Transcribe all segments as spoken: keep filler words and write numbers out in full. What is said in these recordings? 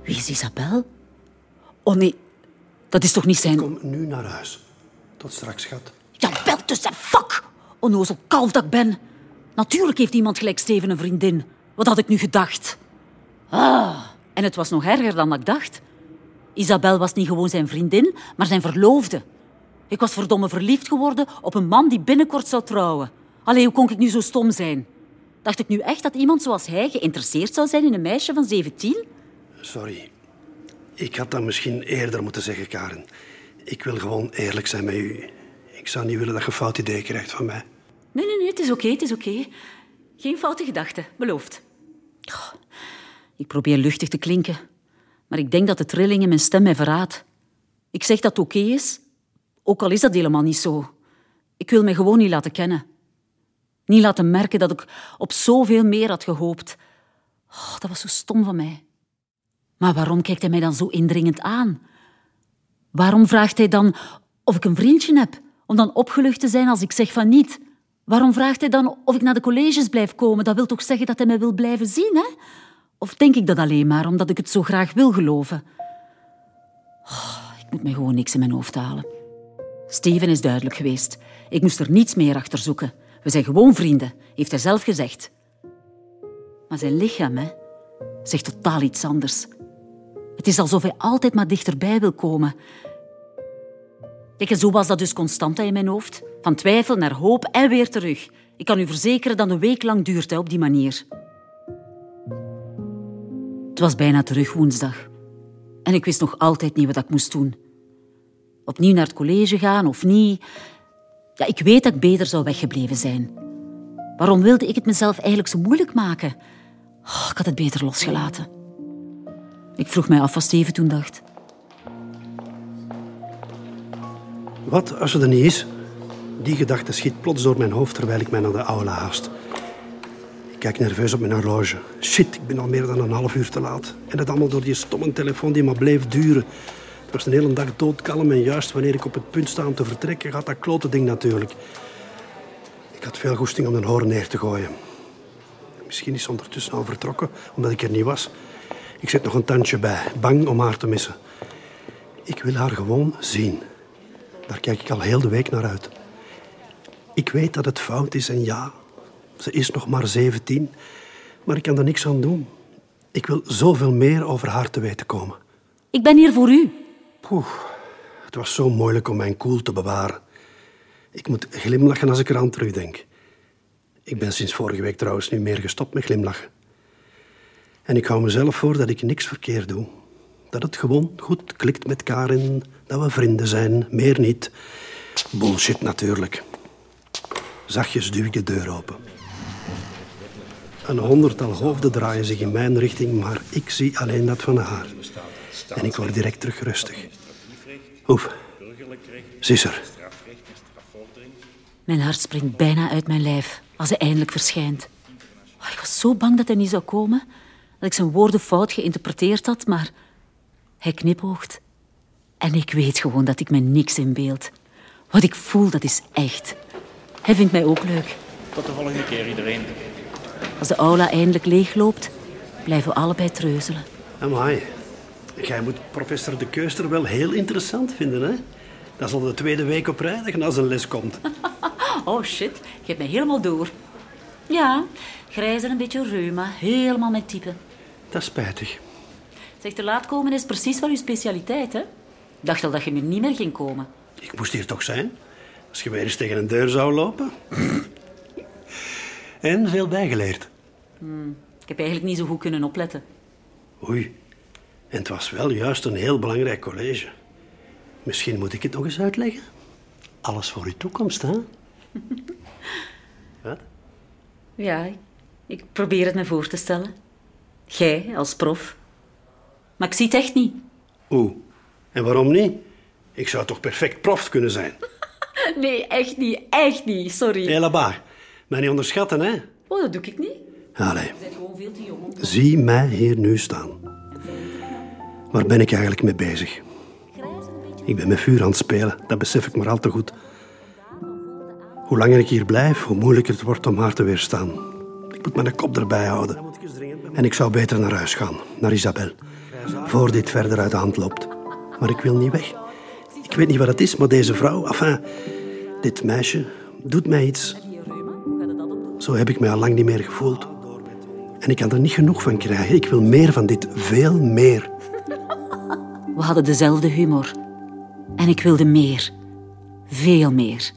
Wie is Isabel? Oh nee, dat is toch niet zijn... Kom nu naar huis. Tot straks, schat. Ja, bel tussen, fuck! Onnozel kalf dat ik ben. Natuurlijk heeft iemand gelijk Steven een vriendin. Wat had ik nu gedacht? Ah, en het was nog erger dan ik dacht. Isabel was niet gewoon zijn vriendin, maar zijn verloofde. Ik was verdomme verliefd geworden op een man die binnenkort zou trouwen. Allee, hoe kon ik nu zo stom zijn? Dacht ik nu echt dat iemand zoals hij geïnteresseerd zou zijn in een meisje van zeventien? Sorry. Ik had dat misschien eerder moeten zeggen, Karen. Ik wil gewoon eerlijk zijn met u. Ik zou niet willen dat je een fout idee krijgt van mij. Nee, nee, nee, het is oké, het is oké. Geen foute gedachten, beloofd. Oh, ik probeer luchtig te klinken, maar ik denk dat de trilling in mijn stem mij verraadt. Ik zeg dat het oké is, ook al is dat helemaal niet zo. Ik wil mij gewoon niet laten kennen. Niet laten merken dat ik op zoveel meer had gehoopt. Oh, dat was zo stom van mij. Maar waarom kijkt hij mij dan zo indringend aan? Waarom vraagt hij dan of ik een vriendje heb, om dan opgelucht te zijn als ik zeg van niet? Waarom vraagt hij dan of ik naar de colleges blijf komen? Dat wil toch zeggen dat hij mij wil blijven zien, hè? Of denk ik dat alleen maar omdat ik het zo graag wil geloven? Oh, ik moet me gewoon niks in mijn hoofd halen. Steven is duidelijk geweest. Ik moest er niets meer achter zoeken. We zijn gewoon vrienden, heeft hij zelf gezegd. Maar zijn lichaam, hè, zegt totaal iets anders. Het is alsof hij altijd maar dichterbij wil komen. Kijk, en zo was dat dus constant in mijn hoofd. Van twijfel naar hoop en weer terug. Ik kan u verzekeren dat een week lang duurt, hè, op die manier. Het was bijna terug woensdag. En ik wist nog altijd niet wat ik moest doen. Opnieuw naar het college gaan of niet. Ja, ik weet dat ik beter zou weggebleven zijn. Waarom wilde ik het mezelf eigenlijk zo moeilijk maken? Oh, ik had het beter losgelaten. Ik vroeg mij af wat Steven toen dacht. Wat als ze er niet is? Die gedachte schiet plots door mijn hoofd terwijl ik mij naar de aula haast. Ik kijk nerveus op mijn horloge. Shit, ik ben al meer dan een half uur te laat. En dat allemaal door die stomme telefoon die maar bleef duren. Het was de hele dag doodkalm en juist wanneer ik op het punt sta om te vertrekken, gaat dat klote ding natuurlijk. Ik had veel goesting om een hoorn neer te gooien. Misschien is ze ondertussen al vertrokken, omdat ik er niet was. Ik zet nog een tandje bij, bang om haar te missen. Ik wil haar gewoon zien. Daar kijk ik al heel de week naar uit. Ik weet dat het fout is en ja, ze is nog maar zeventien, maar ik kan er niks aan doen. Ik wil zoveel meer over haar te weten komen. Ik ben hier voor u. Poeh, het was zo moeilijk om mijn koel te bewaren. Ik moet glimlachen als ik eraan terugdenk. Ik ben sinds vorige week trouwens niet meer gestopt met glimlachen. En ik hou mezelf voor dat ik niks verkeerd doe. Dat het gewoon goed klikt met Karin, dat we vrienden zijn, meer niet. Bullshit natuurlijk. Zachtjes duw ik de deur open. Een honderdtal hoofden draaien zich in mijn richting, maar ik zie alleen dat van haar. En ik word direct terug rustig. Oef, ze is er. Mijn hart springt bijna uit mijn lijf als hij eindelijk verschijnt. Oh, ik was zo bang dat hij niet zou komen, dat ik zijn woorden fout geïnterpreteerd had, maar hij knipoogt. En ik weet gewoon dat ik me niks inbeeld. Wat ik voel, dat is echt. Hij vindt mij ook leuk. Tot de volgende keer, iedereen. Als de aula eindelijk leegloopt, blijven we allebei treuzelen. Amai, jij moet professor De Keuster wel heel interessant vinden, hè? Dat is al de tweede week op rij dat je naar zijn les komt. Oh shit, je hebt mij helemaal door. Ja, grijs en een beetje reuma, helemaal mijn type. Dat is spijtig. Zeg, te laat komen is precies wel uw specialiteit, hè? Ik dacht al dat je me niet meer ging komen. Ik moest hier toch zijn? Als je weer eens tegen een deur zou lopen. En veel bijgeleerd. Hmm, ik heb eigenlijk niet zo goed kunnen opletten. Oei, en het was wel juist een heel belangrijk college. Misschien moet ik het nog eens uitleggen. Alles voor uw toekomst, hè? Wat? Ja, ik, ik probeer het me voor te stellen. Jij als prof. Maar ik zie het echt niet. Oeh, en waarom niet? Ik zou toch perfect prof kunnen zijn? Nee, echt niet. Echt niet. Sorry. Hé, là-bas. Mij niet onderschatten, hè? Oh, dat doe ik niet. Allee. Je bent gewoon veel te jong. om- Zie mij hier nu staan. Waar ben ik eigenlijk mee bezig? Ik ben met vuur aan het spelen, dat besef ik maar al te goed. Hoe langer ik hier blijf, hoe moeilijker het wordt om haar te weerstaan. Ik moet mijn kop erbij houden. En ik zou beter naar huis gaan, naar Isabel. voor dit verder uit de hand loopt. Maar ik wil niet weg. Ik weet niet wat het is, maar deze vrouw, enfin, dit meisje, doet mij iets. Zo heb ik mij al lang niet meer gevoeld. En ik kan er niet genoeg van krijgen. Ik wil meer van dit, veel meer. We hadden dezelfde humor. En ik wilde meer. Veel meer.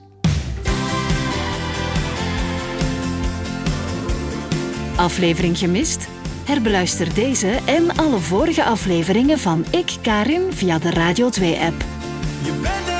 Aflevering gemist? Herbeluister deze en alle vorige afleveringen van Ik, Karin via de Radio twee app. Je bent